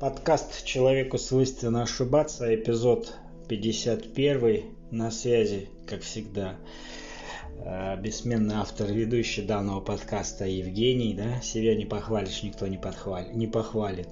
Подкаст «Человеку свойственно ошибаться», эпизод 51, на связи, как всегда, бессменный автор и ведущий данного подкаста Евгений. Себя не похвалишь, никто не похвалит.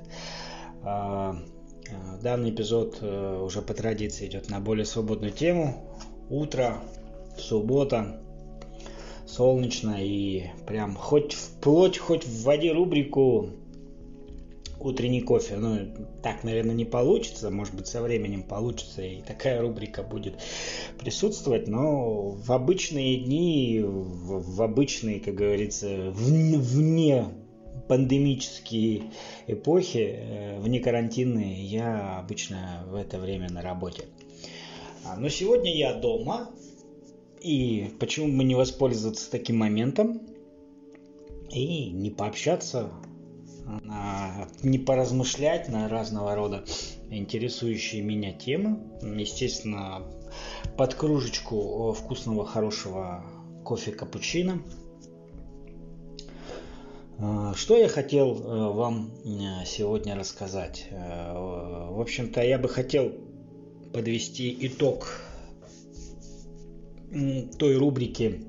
Данный эпизод уже по традиции идет на более свободную тему. Утро, суббота, солнечно и прям хоть вводи рубрику «Утренний кофе». Так, наверное, не получится. Может быть, со временем получится, и такая рубрика будет присутствовать. Но в обычные дни, в обычные, как говорится, вне пандемические эпохи, вне карантинные, я обычно в это время на работе. Но сегодня я дома. И почему бы не воспользоваться таким моментом и не пообщаться, не поразмышлять на разного рода интересующие меня темы. Естественно, под кружечку вкусного, хорошего кофе-капучино. Что я хотел вам сегодня рассказать? В общем-то, я бы хотел подвести итог той рубрики,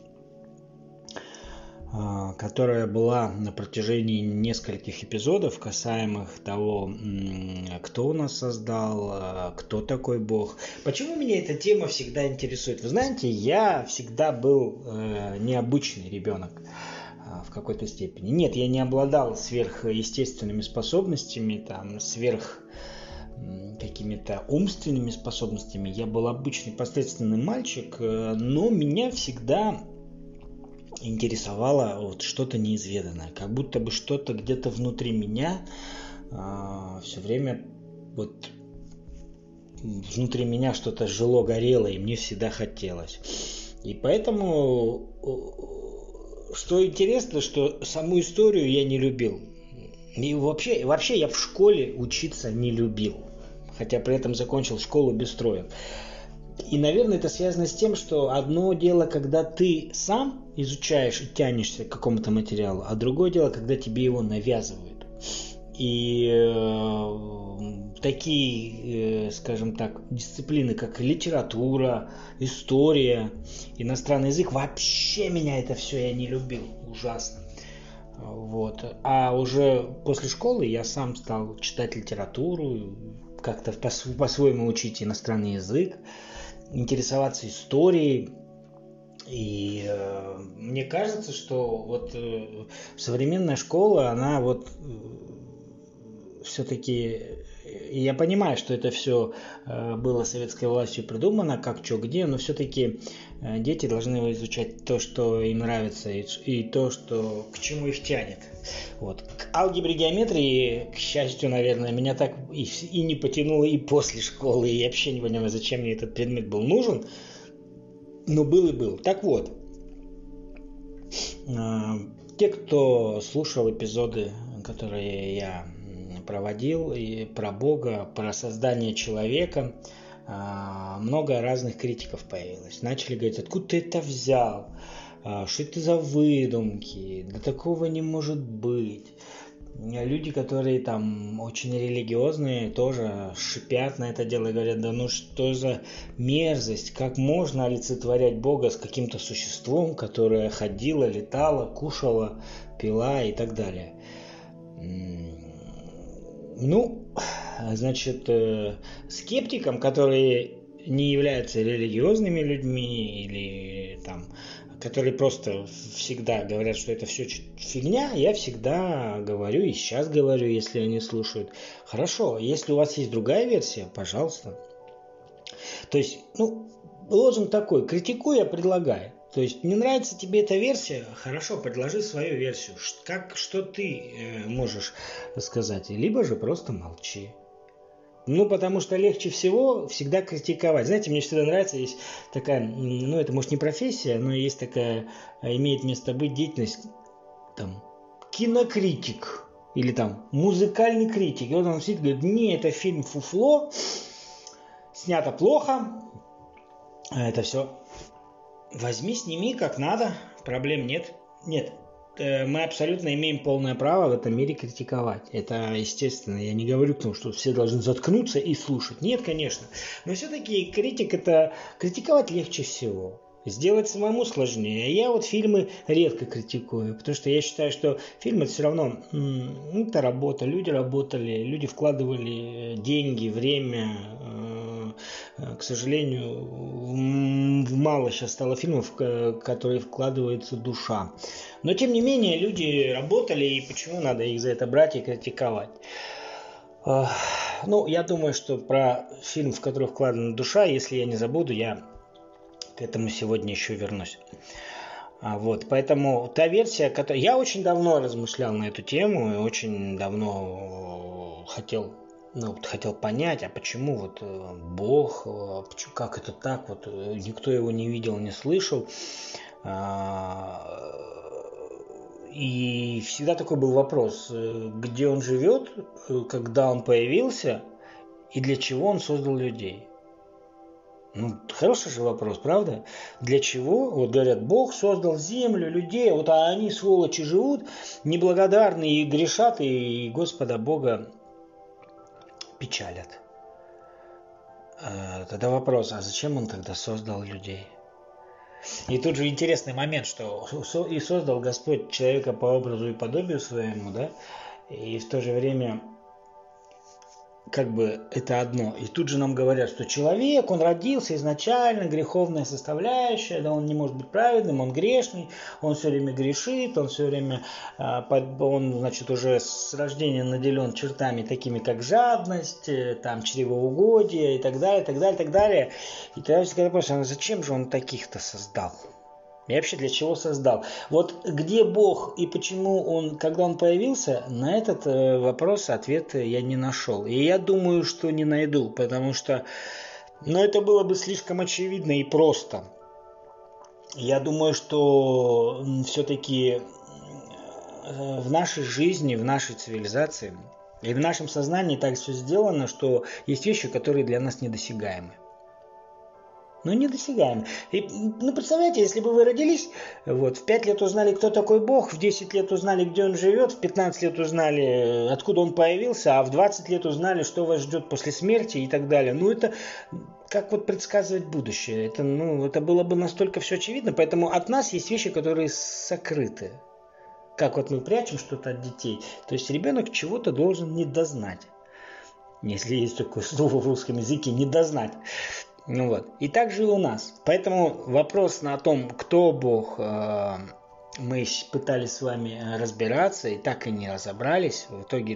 которая была на протяжении нескольких эпизодов, касаемых того, кто нас создал, кто такой Бог. Почему меня эта тема всегда интересует? Вы знаете, я всегда был необычный ребенок в какой-то степени. Нет, я не обладал сверхъестественными способностями, сверх какими-то умственными способностями. Я был обычный посредственный мальчик, но меня всегда интересовало что-то неизведанное, как будто бы что-то где-то внутри меня все время внутри меня что-то жило, горело, и мне всегда хотелось. И поэтому, что интересно, что саму историю я не любил. И вообще я в школе учиться не любил, хотя при этом закончил школу без троек. И, наверное, это связано с тем, что одно дело, когда ты сам изучаешь и тянешься к какому-то материалу, а другое дело, когда тебе его навязывают. И такие, скажем так, дисциплины, как литература, история, иностранный язык, вообще меня это все я не любил, ужасно. А уже после школы я сам стал читать литературу, как-то по-своему учить иностранный язык, интересоваться историей. И мне кажется, что современная школа, она все-таки, я понимаю, что это все было советской властью придумано, как, что, где, но все-таки дети должны изучать то, что им нравится, и то, что, к чему их тянет. К алгебре, геометрии, к счастью, наверное, меня так и не потянуло и после школы, и вообще не понимаю, зачем мне этот предмет был нужен, но был и был. Так вот, те, кто слушал эпизоды, которые я проводил, и про Бога, про создание человека, много разных критиков появилось. Начали говорить: откуда ты это взял? Что это за выдумки? Да такого не может быть. Люди, которые очень религиозные, тоже шипят на это дело и говорят: да что за мерзость, как можно олицетворять Бога с каким-то существом, которое ходило, летало, кушало, пила и так далее. Скептикам, которые не являются религиозными людьми или которые просто всегда говорят, что это все фигня, я всегда говорю и сейчас говорю, если они слушают: хорошо, если у вас есть другая версия, пожалуйста. То есть, лозунг такой: критикуй, а предлагай. То есть, не нравится тебе эта версия, хорошо, предложи свою версию. Что ты можешь сказать? Либо же просто молчи. Потому что легче всего всегда критиковать. Знаете, мне всегда нравится, есть такая, это может не профессия, но есть такая, имеет место быть деятельность, кинокритик или музыкальный критик. И он сидит и говорит: не, это фильм фуфло, снято плохо, это все. Возьми, сними как надо, проблем нет. Нет, мы абсолютно имеем полное право в этом мире критиковать. Это естественно. Я не говорю к тому, что все должны заткнуться и слушать. Нет, конечно. Но все-таки критиковать легче всего. Сделать самому сложнее. Я вот фильмы редко критикую, потому что я считаю, что фильм это все равно это работа. Люди работали, люди вкладывали деньги, время. К сожалению, мало сейчас стало фильмов, в которые вкладывается душа. Но тем не менее, люди работали, и почему надо их за это брать и критиковать? Ну, я думаю, что про фильм, в который вкладывана душа, если я не забуду, я к этому сегодня еще вернусь. Вот, поэтому та версия, которую... Я очень давно размышлял на эту тему и очень давно хотел понять, а почему вот Бог, как это так, вот никто его не видел, не слышал. И всегда такой был вопрос, где он живет, когда он появился и для чего он создал людей. Ну, хороший же вопрос, правда? Для чего? Вот говорят, Бог создал землю, людей, вот а они, сволочи, живут, неблагодарные и грешат, и Господа Бога печалят. Тогда вопрос, а зачем он тогда создал людей? И тут же интересный момент, что и создал Господь человека по образу и подобию своему, да, и в то же время как бы это одно. И тут же нам говорят, что человек, он родился изначально, греховная составляющая, да, он не может быть праведным, он грешный, он все время грешит, он все время, он, значит, уже с рождения наделен чертами такими, как жадность, там, чревоугодие и так далее, и так далее, и так далее. И тогда всегда вопрос, а зачем же он таких-то создал? И вообще для чего создал? Вот где Бог и почему он, когда он появился, на этот вопрос ответа я не нашел. И я думаю, что не найду, потому что это было бы слишком очевидно и просто. Я думаю, что все-таки в нашей жизни, в нашей цивилизации и в нашем сознании так все сделано, что есть вещи, которые для нас недосягаемы. Недосягаем. И, представляете, если бы вы родились, вот, в 5 лет узнали, кто такой Бог, в 10 лет узнали, где он живет, в 15 лет узнали, откуда он появился, а в 20 лет узнали, что вас ждет после смерти и так далее. Это как вот предсказывать будущее. Это было бы настолько все очевидно, поэтому от нас есть вещи, которые сокрыты. Как вот мы прячем что-то от детей. То есть ребенок чего-то должен недознать. Если есть такое слово в русском языке, недознать. И также и у нас. Поэтому вопрос на том, кто Бог, мы пытались с вами разбираться и так и не разобрались. В итоге,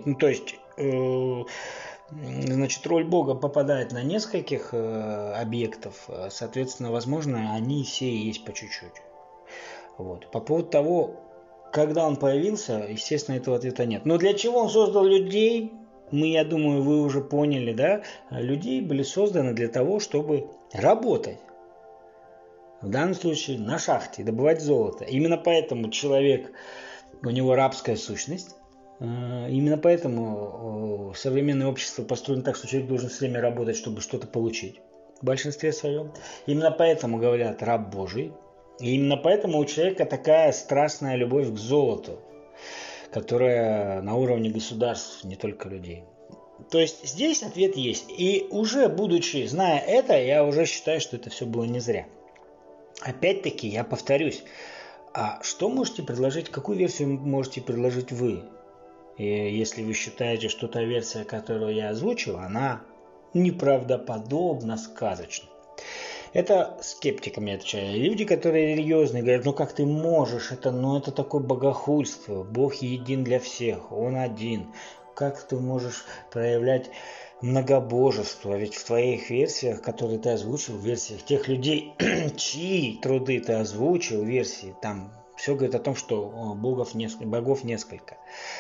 роль Бога попадает на нескольких объектов. Соответственно, возможно, они все есть по чуть-чуть. Вот. По поводу того, когда он появился, естественно, этого ответа нет. Но для чего он создал людей? Я думаю, вы уже поняли, да? Люди были созданы для того, чтобы работать. В данном случае на шахте, добывать золото. Именно поэтому человек, у него рабская сущность. Именно поэтому современное общество построено так, что человек должен все время работать, чтобы что-то получить. В большинстве своем. Именно поэтому говорят раб Божий. И именно поэтому у человека такая страстная любовь к золоту, которая на уровне государств, не только людей. То есть здесь ответ есть. И уже зная это, я уже считаю, что это все было не зря. Опять-таки, я повторюсь, а что можете предложить, какую версию можете предложить вы? И если вы считаете, что та версия, которую я озвучил, она неправдоподобно сказочна. Это скептикам я отвечаю. Люди, которые религиозные, говорят, как ты можешь, это такое богохульство, Бог един для всех, Он один. Как ты можешь проявлять многобожество? Ведь в твоих версиях, которые ты озвучил, в версиях тех людей, чьи труды ты озвучил, версии, там все говорит о том, что богов несколько.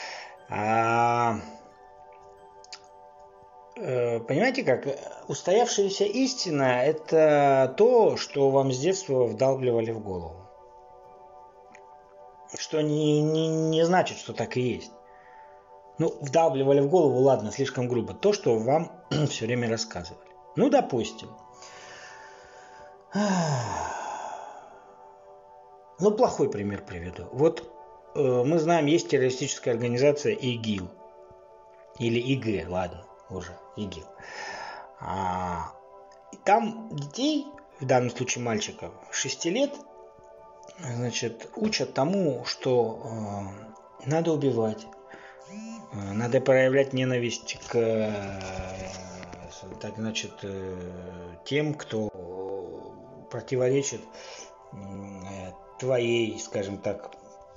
Понимаете как? Устоявшаяся истина – это то, что вам с детства вдалбливали в голову. Что не значит, что так и есть. Вдалбливали в голову, ладно, слишком грубо. То, что вам все время рассказывали. Допустим. Плохой пример приведу. Вот мы знаем, есть террористическая организация ИГИЛ. Или ИГ, ладно, уже ИГИЛ. И там детей, в данном случае мальчиков, 6 лет, значит, учат тому, что надо убивать, надо проявлять ненависть к, так, значит, тем, кто противоречит твоей, скажем так,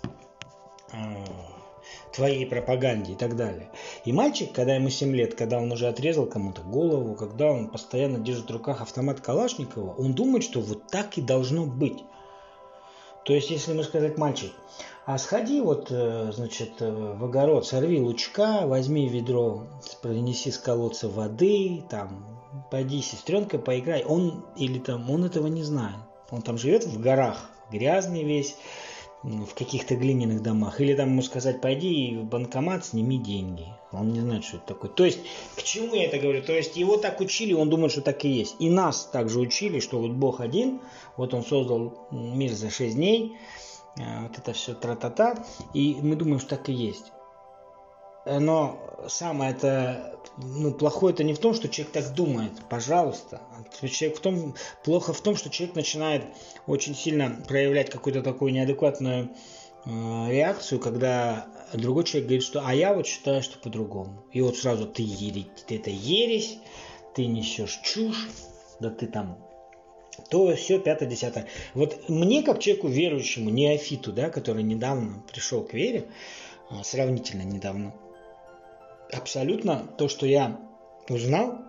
твоей пропаганде и так далее. И мальчик, когда ему 7 лет, когда он уже отрезал кому-то голову, когда он постоянно держит в руках автомат Калашникова, он думает, что вот так и должно быть. То есть, если ему сказать: мальчик, а сходи вот, значит, в огород, сорви лучка, возьми ведро, принеси с колодца воды, там, пойди, сестренка, поиграй. Он этого не знает. Он там живет в горах, грязный весь, в каких-то глиняных домах. Или там ему сказать: пойди в банкомат, сними деньги. Он не знает, что это такое. То есть, к чему я это говорю? То есть, его так учили, он думает, что так и есть. И нас также учили, что вот Бог один, вот он создал мир за 6 дней, вот это все тра-та-та, и мы думаем, что так и есть. Но самое это, плохое это не в том, что человек так думает, пожалуйста. Плохо в том, что человек начинает очень сильно проявлять какую-то такую неадекватную реакцию, когда другой человек говорит, что а я вот считаю, что по-другому. И вот сразу ты это ересь, ты несешь чушь, да ты там то, все, 5-10. Вот мне, как человеку верующему, неофиту, да, который недавно пришел к вере, сравнительно недавно, абсолютно то, что я узнал,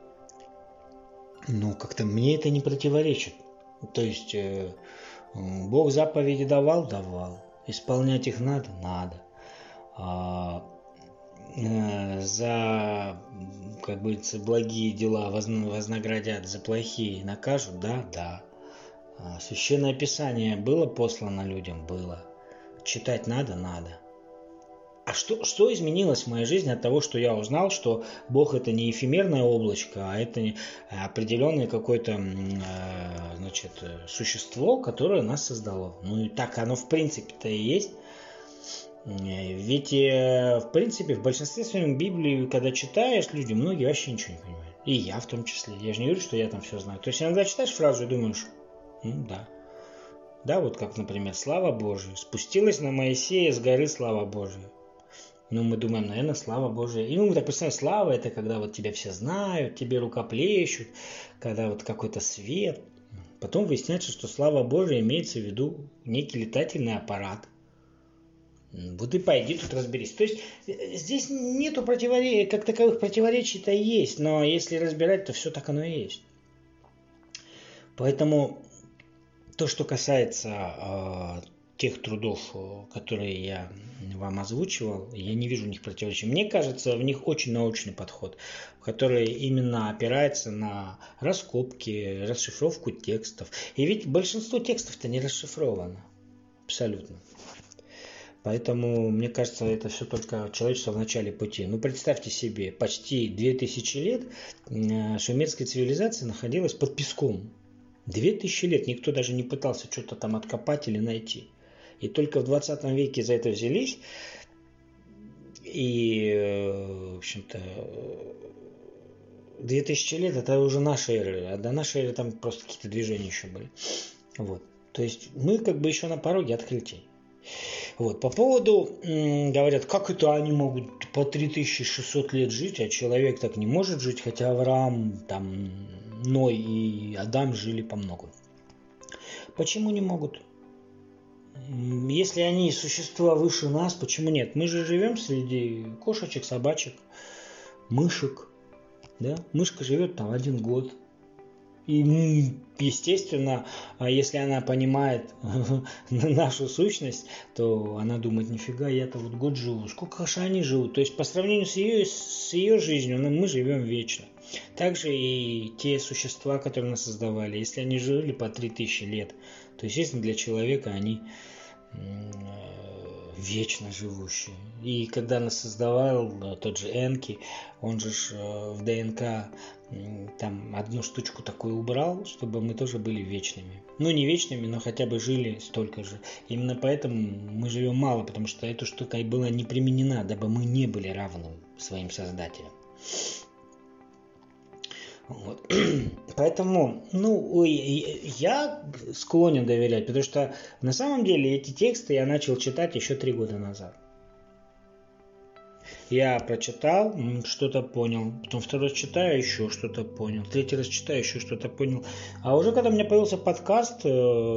как-то мне это не противоречит. То есть Бог заповеди давал, исполнять их надо. За, как говорится, благие дела вознаградят, за плохие накажут, да. Священное Писание было послано людям? Было. Читать надо. А что изменилось в моей жизни от того, что я узнал, что Бог это не эфемерное облачко, а это определенное какое-то, существо, которое нас создало. И так оно в принципе-то и есть. Ведь, в принципе, в большинстве своем Библии, когда читаешь, люди, многие вообще ничего не понимают. И я в том числе. Я же не говорю, что я там все знаю. То есть иногда читаешь фразу и думаешь: да. Да, вот как, например, слава Божия. Спустилась на Моисея с горы слава Божия. Мы думаем, наверное, слава Божия. И мы так представляем, слава это когда вот тебя все знают, тебе рукоплещут, когда вот какой-то свет. Потом выясняется, что слава Божия имеется в виду некий летательный аппарат. Вот и пойди тут разберись. То есть здесь нету противоречий, как таковых противоречий-то есть, но если разбирать, то все так оно и есть. Поэтому то, что касается тех трудов, которые я вам озвучивал, я не вижу в них противоречий. Мне кажется, в них очень научный подход, который именно опирается на раскопки, расшифровку текстов. И ведь большинство текстов-то не расшифровано. Абсолютно. Поэтому, мне кажется, это все только человечество в начале пути. Представьте себе, почти 2000 лет шумерская цивилизация находилась под песком. 2000 лет никто даже не пытался что-то там откопать или найти. И только в 20 веке за это взялись. И, в общем-то, 2000 лет это уже наша эра. А до нашей эры там просто какие-то движения еще были. Вот. То есть мы как бы еще на пороге открытий. Вот. По поводу, говорят, как это они могут по 3600 лет жить, а человек так не может жить, хотя Авраам, там, Ной и Адам жили по много. Почему не могут? Если они существа выше нас, почему нет? Мы же живем среди кошечек, собачек, мышек. Да? Мышка живет там 1 год. И, естественно, если она понимает нашу сущность, то она думает: нифига, я-то вот год живу, сколько же они живут. То есть по сравнению с ее жизнью мы живем вечно. Также и те существа, которые нас создавали, если они жили по 3000 лет, то, естественно, для человека они вечно живущий. И когда нас создавал тот же Энки, он же в ДНК там одну штучку такую убрал, чтобы мы тоже были вечными. Ну, не вечными, но хотя бы жили столько же. Именно поэтому мы живем мало, потому что эта штука и была не применена, дабы мы не были равны своим создателям. Вот. Поэтому, я склонен доверять, потому что на самом деле эти тексты я начал читать еще 3 года назад. Я прочитал, что-то понял, потом 2 раз читаю, еще что-то понял, 3 раз читаю, еще что-то понял. А уже когда у меня появился подкаст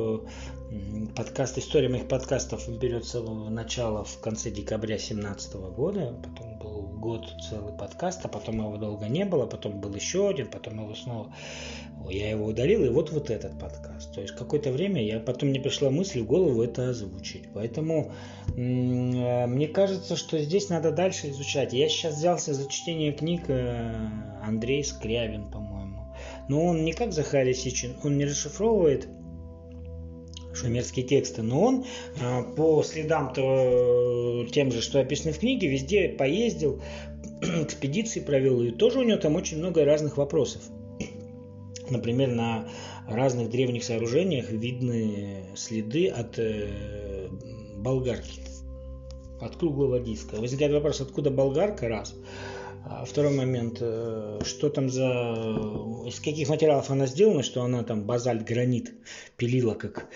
история моих подкастов берется в начало в конце декабря 2017 года, потом был год целый подкаст, а потом его долго не было, потом был еще один, потом его снова, я его удалил, и вот этот подкаст. То есть какое-то время потом мне пришла мысль в голову это озвучить. Поэтому мне кажется, что здесь надо дальше изучать. Я сейчас взялся за чтение книг Андрей Скрябин, по-моему. Но он не как Захарий Сичин, он не расшифровывает шумерские тексты, но он по следам тем же, что описано в книге, везде поездил, экспедиции провел, и тоже у него там очень много разных вопросов. Например, на разных древних сооружениях видны следы от болгарки, от круглого диска. Возникает вопрос, откуда болгарка, раз. А второй момент, что там из каких материалов она сделана, что она там базальт, гранит пилила, как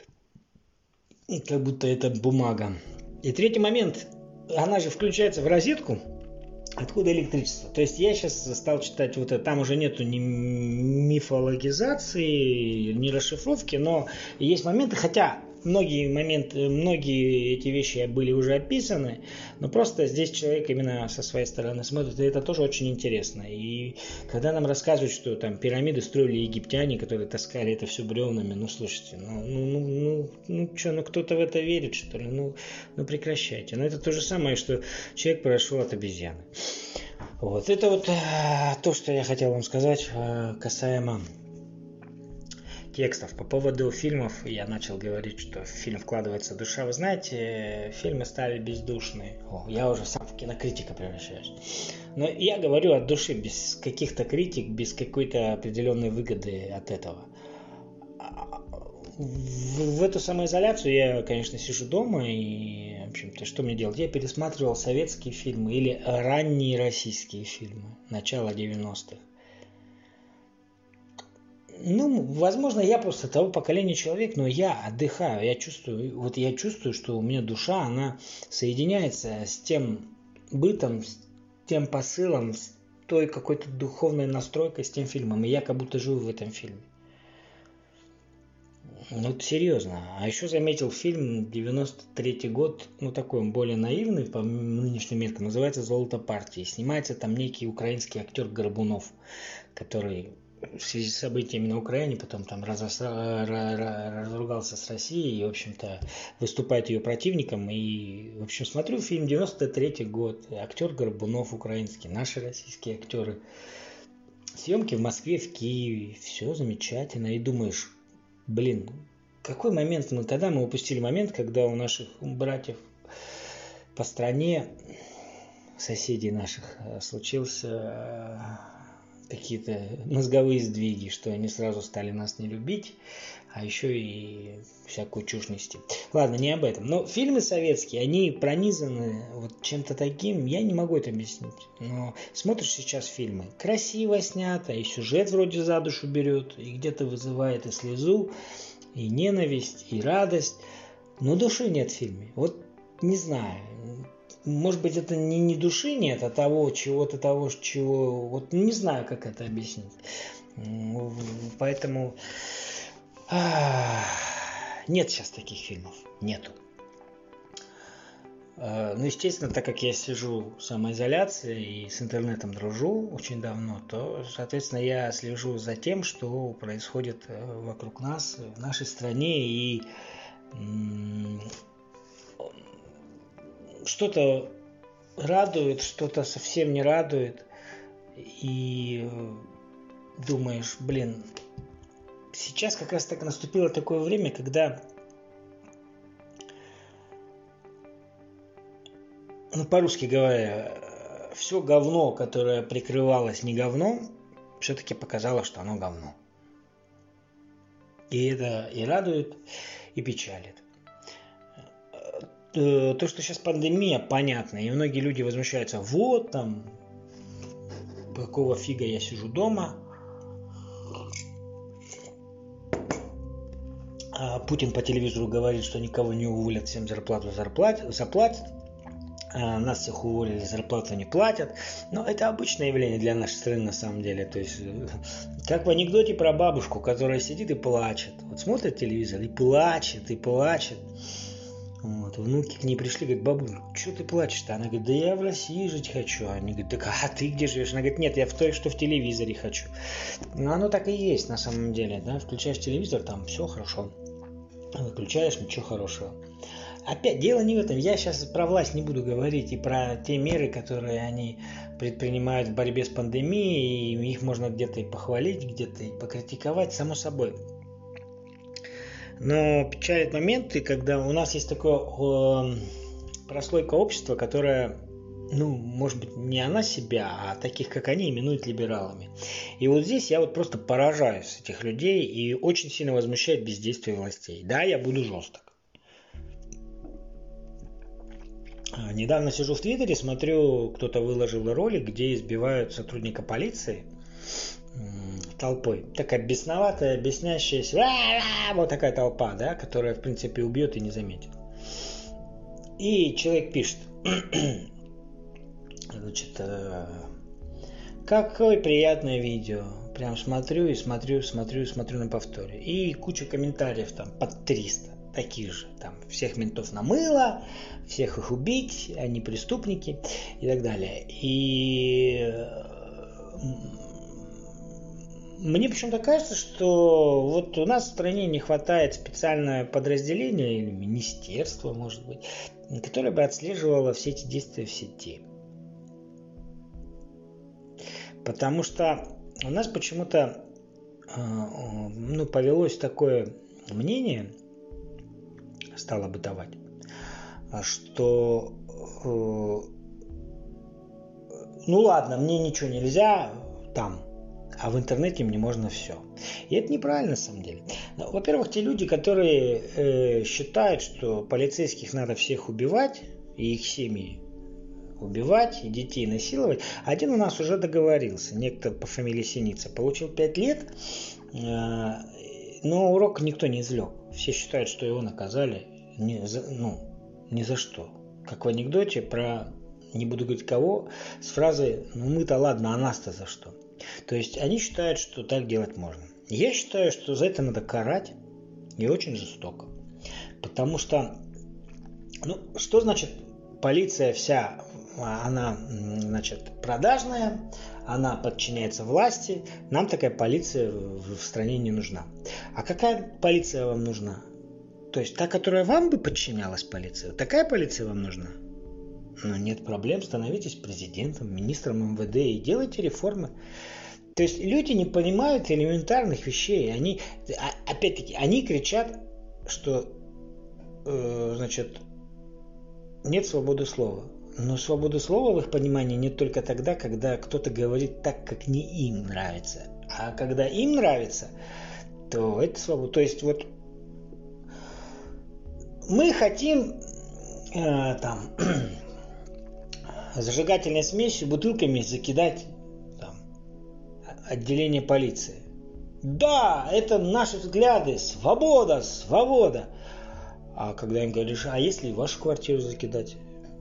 будто это бумага. И третий момент, она же включается в розетку, откуда электричество. То есть я сейчас стал читать вот это, там уже нету ни мифологизации, ни расшифровки, но есть моменты, хотя многие эти вещи были уже описаны, но просто здесь человек именно со своей стороны смотрит, и это тоже очень интересно. И когда нам рассказывают, что там пирамиды строили египтяне, которые таскали это все бревнами, слушайте, кто-то в это верит, что ли? Прекращайте. Но это то же самое, что человек прошел от обезьяны. Вот, это вот то, что я хотел вам сказать касаемо текстов. По поводу фильмов я начал говорить, что в фильм вкладывается душа. Вы знаете, фильмы стали бездушные. Я уже сам в кинокритика превращаюсь. Но я говорю от души, без каких-то критик, без какой-то определенной выгоды от этого. В эту самоизоляцию я, конечно, сижу дома и, в общем-то, что мне делать? Я пересматривал советские фильмы или ранние российские фильмы начала 90-х. Возможно, я просто того поколения человек, но я отдыхаю, я чувствую, что у меня душа, она соединяется с тем бытом, с тем посылом, с той какой-то духовной настройкой, с тем фильмом, и я как будто живу в этом фильме. Серьезно. А еще заметил фильм 93-й год, такой он более наивный по нынешним меркам, называется «Золото партии». Снимается там некий украинский актер Горбунов, который в связи с событиями на Украине потом там разругался с Россией и, в общем-то, выступает ее противником. И, в общем, смотрю фильм 93-й год, актер Горбунов украинский, наши российские актеры. Съемки в Москве, в Киеве, все замечательно. И думаешь, какой момент когда мы упустили момент, когда у наших братьев по стране, соседей наших, случился какие-то мозговые сдвиги, что они сразу стали нас не любить, а еще и всякую чушь нести. Ладно, не об этом. Но фильмы советские, они пронизаны чем-то таким, я не могу это объяснить. Но смотришь сейчас фильмы, красиво снято, и сюжет вроде за душу берет, и где-то вызывает и слезу, и ненависть, и радость, но души нет в фильме. Не знаю. Может быть, это не души нет, а чего не знаю, как это объяснить. Поэтому нет сейчас таких фильмов. Нету. Естественно, так как я сижу в самоизоляции и с интернетом дружу очень давно, то, соответственно, я слежу за тем, что происходит вокруг нас, в нашей стране, и что-то радует, что-то совсем не радует, и думаешь, сейчас как раз так наступило такое время, когда ну, по-русски говоря, все говно, которое прикрывалось не говном, все-таки показало, что оно говно. И это и радует, и печалит. То, что сейчас пандемия, понятно, и многие люди возмущаются, вот там, какого фига я сижу дома, а Путин по телевизору говорит, что никого не уволят, всем зарплату заплатят, а нас всех уволили, зарплату не платят, но это обычное явление для нашей страны на самом деле, то есть, как в анекдоте про бабушку, которая сидит и плачет, вот смотрит телевизор и плачет, Вот, внуки к ней пришли, говорят, бабуль, что ты плачешь-то? Она говорит, да я в России жить хочу. Они говорят, так а ты где живешь? Она говорит, нет, я в той, что в телевизоре хочу. Но оно так и есть на самом деле, да, включаешь телевизор, там все хорошо. Выключаешь, ничего хорошего. Опять, дело не в этом. Я сейчас про власть не буду говорить и про те меры, которые они предпринимают в борьбе с пандемией, и их можно где-то и похвалить, где-то и покритиковать, само собой. Но печалит моменты, когда у нас есть такое прослойка общества, которая, ну, может быть, не она себя, а таких, как они, именуют либералами. И вот здесь я вот просто поражаюсь с этих людей и очень сильно возмущает бездействие властей. Да, я буду жесток. Недавно сижу в Твиттере, смотрю, кто-то выложил ролик, где избивают сотрудника полиции толпой. Такая бесноватая, беснящаяся, вот такая толпа, да, которая, в принципе, убьет и не заметит. И человек пишет, значит, какое приятное видео. Прям смотрю на повторе. И куча комментариев там под 300. Таких же. Там всех ментов намыло, всех их убить, они преступники и так далее. И мне почему-то кажется, что вот у нас в стране не хватает специального подразделения или министерства, может быть, которое бы отслеживало все эти действия в сети. Потому что у нас почему-то повелось такое мнение, стало бытовать, что ну ладно, мне ничего нельзя там, а в интернете мне можно все. И это неправильно на самом деле. Во-первых, те люди, которые считают, что полицейских надо всех убивать, и их семьи убивать, и детей насиловать. Один у нас уже договорился, некто по фамилии Синица, получил 5 лет, но урок никто не извлек. Все считают, что его наказали ни за что. Как в анекдоте про, не буду говорить кого, с фразой «ну мы-то ладно, а нас-то за что?». То есть они считают, что так делать можно. Я считаю, что за это надо карать, и очень жестоко. Потому что, что значит полиция вся, она, значит, продажная, она подчиняется власти, нам такая полиция в стране не нужна. А какая полиция вам нужна? То есть та, которая вам бы подчинялась полиции, такая полиция вам нужна? Ну, нет проблем, становитесь президентом, министром МВД и делайте реформы. То есть люди не понимают элементарных вещей. Они, опять-таки, они кричат, что, значит, нет свободы слова. Но свободы слова в их понимании нет только тогда, когда кто-то говорит так, как не им нравится. А когда им нравится, то это свобода. То есть вот мы хотим там зажигательной смесью, бутылками закидать там отделение полиции. Да, это наши взгляды, свобода, свобода. А когда им говоришь, а если вашу квартиру закидать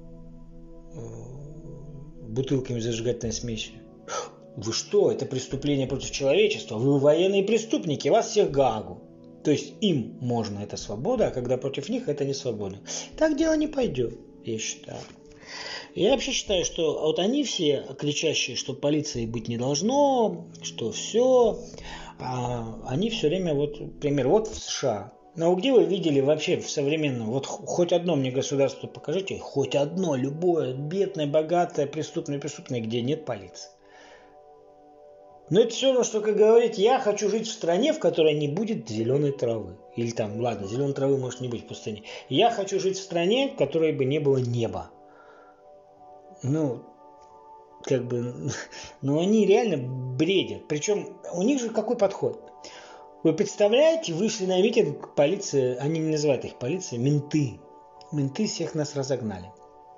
бутылками зажигательной смесью? Вы что, это преступление против человечества? Вы военные преступники, вас всех Гаагу. То есть им можно это свобода, а когда против них это не свобода. Так дело не пойдет, я считаю. Я вообще считаю, что вот они все кричащие, что полиции быть не должно, что все, они все время, вот, например, вот в США. Но где вы видели вообще в современном, вот хоть одно мне государство покажите, хоть одно, любое, бедное, богатое, преступное, где нет полиции. Но это все равно, что, как говорить, я хочу жить в стране, в которой не будет зеленой травы. Или там, ладно, зеленой травы может не быть в пустыне. Я хочу жить в стране, в которой бы не было неба. ну, как бы, ну, они реально бредят. Причем у них же какой подход? Вы представляете, вышли на митинг, полиция, они не называют их полицией, менты. Менты всех нас разогнали.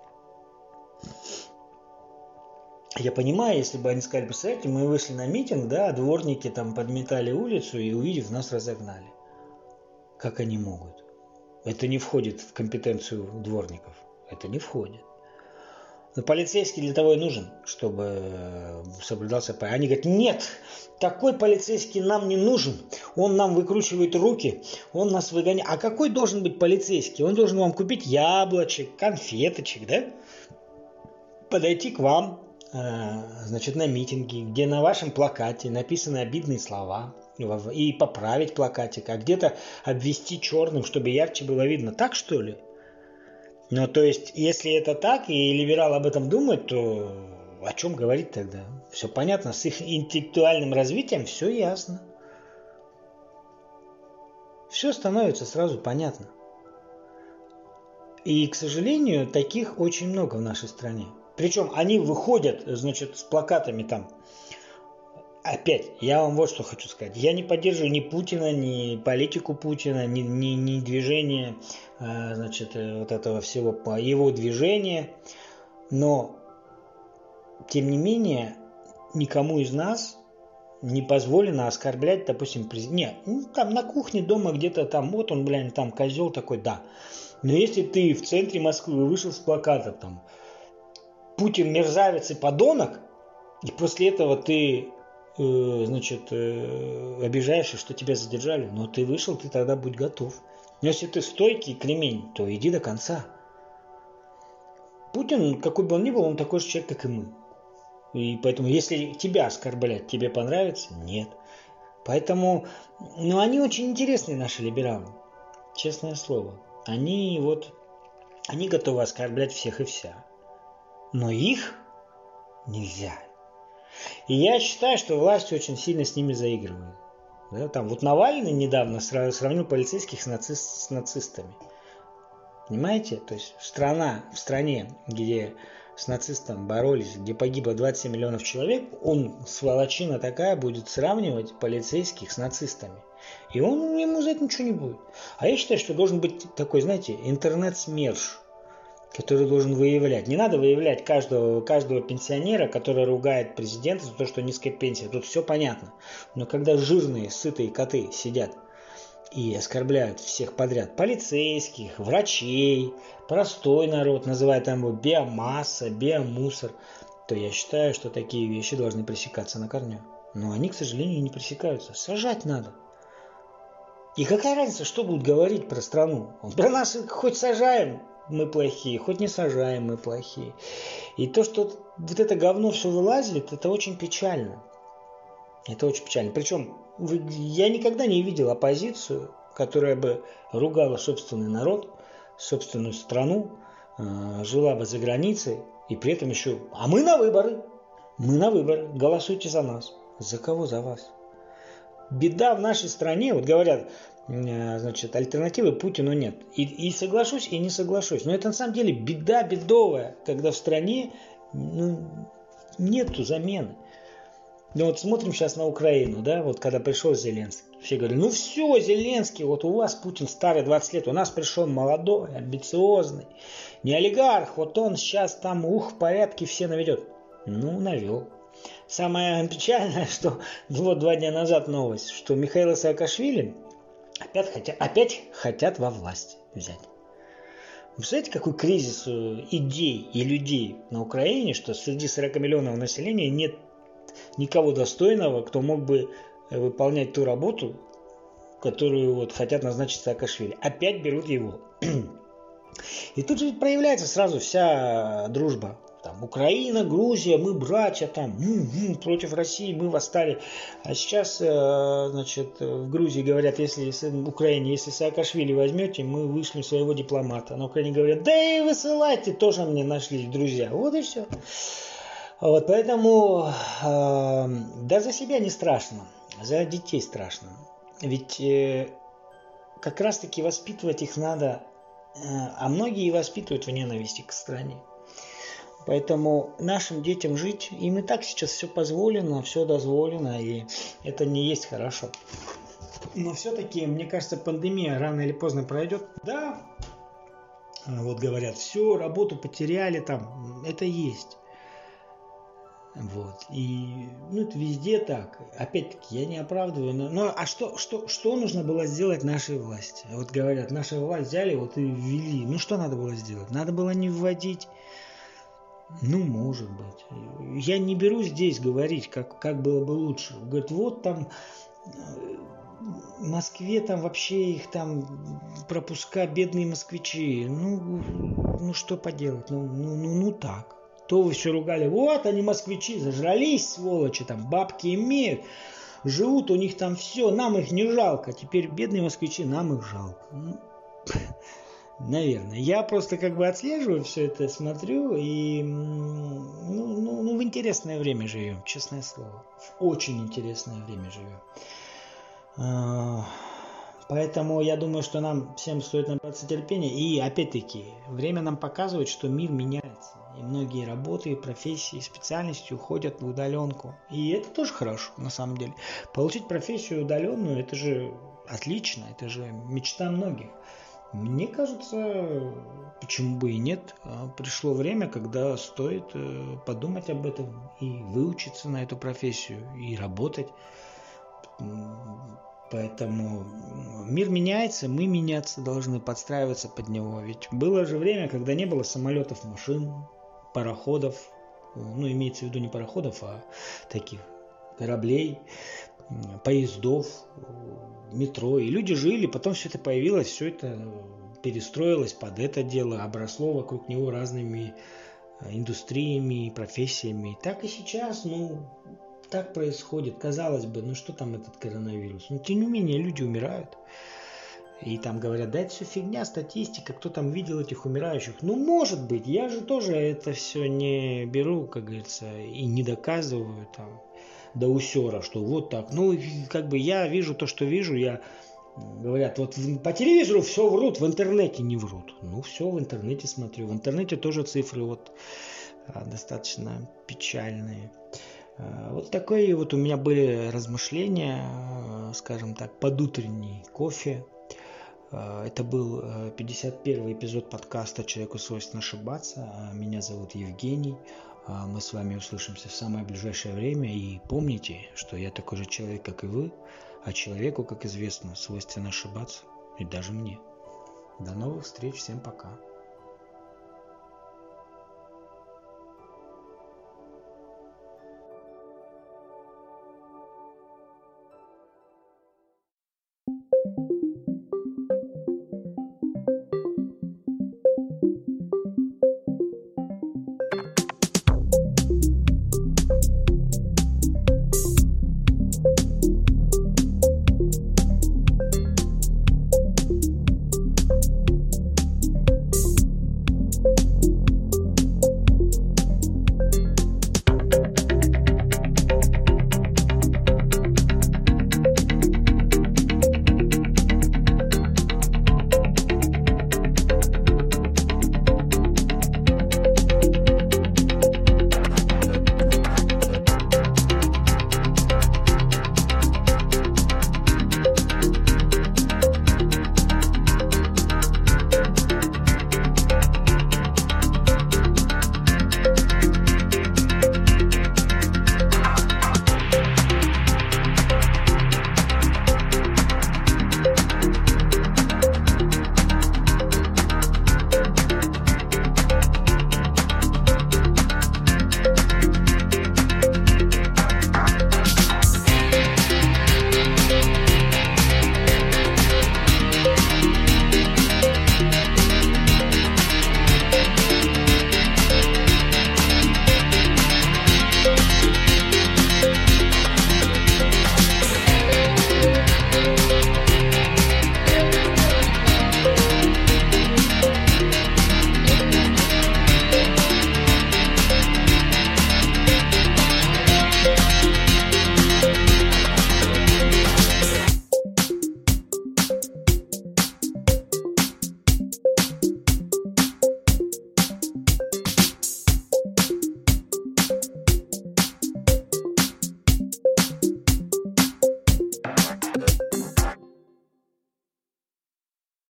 Я понимаю, если бы они сказали, представляете, мы вышли на митинг, да, дворники там подметали улицу и, увидев, нас разогнали. Как они могут? Это не входит в компетенцию дворников. Это не входит. Но полицейский для того и нужен, чтобы соблюдался порядок. Они говорят, нет, такой полицейский нам не нужен. Он нам выкручивает руки, он нас выгоняет. А какой должен быть полицейский? Он должен вам купить яблочек, конфеточек, да? Подойти к вам, значит, на митинге, где на вашем плакате написаны обидные слова, и поправить плакатик, а где-то обвести черным, чтобы ярче было видно. Так, что ли? Ну, то есть, если это так, и либерал об этом думает, то о чем говорить тогда? Все понятно, с их интеллектуальным развитием все ясно. Все становится сразу понятно. И, к сожалению, таких очень много в нашей стране. Причем они выходят, значит, с плакатами там. Опять, я вам вот что хочу сказать. Я не поддерживаю ни Путина, ни политику Путина, ни движение, значит, вот этого всего, его движения. Но, тем не менее, никому из нас не позволено оскорблять, допустим, президента. Нет, там на кухне дома где-то там, вот он, блин, там козел такой, да. Но если ты в центре Москвы вышел с плаката там «Путин мерзавец и подонок», и после этого ты, значит, обижаешься, что тебя задержали, но ты вышел, ты тогда будь готов. Но если ты стойкий кремень, то иди до конца. Путин, какой бы он ни был, он такой же человек, как и мы. И поэтому, если тебя оскорблять, тебе понравится? Нет. Поэтому, ну, они очень интересные, наши либералы. Честное слово. Они готовы оскорблять всех и вся. Но их нельзя. И я считаю, что власть очень сильно с ними заигрывает. Да, там вот Навальный недавно сравнил полицейских с нацистами. Понимаете? То есть в стране, где с нацистом боролись, где погибло 27 миллионов человек, он, сволочина такая, будет сравнивать полицейских с нацистами. И ему за это ничего не будет. А я считаю, что должен быть такой, знаете, интернет-СМЕРШ, который должен выявлять. Не надо выявлять каждого пенсионера, который ругает президента за то, что низкая пенсия. Тут все понятно. Но когда жирные, сытые коты сидят и оскорбляют всех подряд, полицейских, врачей, простой народ, называют там его биомасса, биомусор, то я считаю, что такие вещи должны пресекаться на корню. Но они, к сожалению, не пресекаются. Сажать надо. И какая разница, что будут говорить про страну? Про нас хоть сажаем, мы плохие, хоть не сажаем, мы плохие. И то, что вот это говно все вылазит, это очень печально. Это очень печально. Причем я никогда не видел оппозицию, которая бы ругала собственный народ, собственную страну, жила бы за границей, и при этом еще... А мы на выборы. Мы на выборы. Голосуйте за нас. За кого? За вас. Беда в нашей стране, вот говорят, значит, альтернативы Путину нет. И соглашусь, и не соглашусь. Но это на самом деле беда бедовая, когда в стране нету замены. Ну вот смотрим сейчас на Украину, да, вот когда пришел Зеленский. Все говорят, ну все, Зеленский, вот у вас Путин старый 20 лет, у нас пришел молодой, амбициозный, не олигарх, вот он сейчас там, в порядке все наведет. Ну, навел. Самое печальное, что вот 2 дня назад новость, что Михаила Саакашвили опять хотят во власть взять. Вы представляете, какой кризис идей и людей на Украине, что среди 40 миллионов населения нет никого достойного, кто мог бы выполнять ту работу, которую вот хотят назначить Саакашвили. Опять берут его. И тут же проявляется сразу вся дружба. Там Украина, Грузия, мы братья, там против России мы восстали. А сейчас, значит, в Грузии говорят, если в Украине, если Саакашвили возьмете, мы вышлем своего дипломата. На Украине говорят, да и высылайте, тоже мне нашлись друзья. Вот и все. Вот, поэтому да за себя не страшно, за детей страшно. Ведь как раз-таки воспитывать их надо, а многие воспитывают в ненависти к стране. Поэтому нашим детям жить, им и так сейчас все позволено, все дозволено, и это не есть хорошо. Но все-таки, мне кажется, пандемия рано или поздно пройдет. Да, вот говорят, все, работу потеряли там, это есть. Вот. И это везде так. Опять-таки, я не оправдываю. А что нужно было сделать нашей власти? Вот говорят, наша власть взяли вот и ввели. Ну что надо было сделать? Надо было не вводить. Может быть. Я не беру здесь говорить, как было бы лучше. Говорят, вот там в Москве там вообще их там пропуска, бедные москвичи. Что поделать? Так. То вы все ругали, вот они москвичи, зажрались, сволочи, там бабки имеют, живут, у них там все, нам их не жалко. Теперь бедные москвичи, нам их жалко. Наверное. Я просто отслеживаю все это, смотрю, и в интересное время живем, честное слово. В очень интересное время живем. Поэтому я думаю, что нам всем стоит набраться терпения. И опять-таки, время нам показывает, что мир меняется. И многие работы, профессии, специальности уходят в удаленку. И это тоже хорошо, на самом деле. Получить профессию удаленную, это же отлично, это же мечта многих. Мне кажется, почему бы и нет. Пришло время, когда стоит подумать об этом и выучиться на эту профессию, и работать. Поэтому мир меняется, мы меняться должны, подстраиваться под него. Ведь было же время, когда не было самолетов, машин, пароходов, имеется в виду не пароходов, а таких кораблей, поездов, метро. И люди жили, потом все это появилось, все это перестроилось под это дело, обросло вокруг него разными индустриями, профессиями. Так и сейчас, так происходит. Казалось бы, что там этот коронавирус? Тем не менее, люди умирают. И там говорят, да это все фигня, статистика, кто там видел этих умирающих. Может быть, я же тоже это все не беру, как говорится, и не доказываю там до усера, что вот так. Я вижу то, что вижу, говорят, вот по телевизору все врут, в интернете не врут. Все в интернете смотрю. В интернете тоже цифры достаточно печальные. Вот такие у меня были размышления, скажем так, под утренний кофе. Это был 51-й эпизод подкаста «Человеку свойственно ошибаться». Меня зовут Евгений. Мы с вами услышимся в самое ближайшее время. И помните, что я такой же человек, как и вы, а человеку, как известно, свойственно ошибаться. И даже мне. До новых встреч. Всем пока.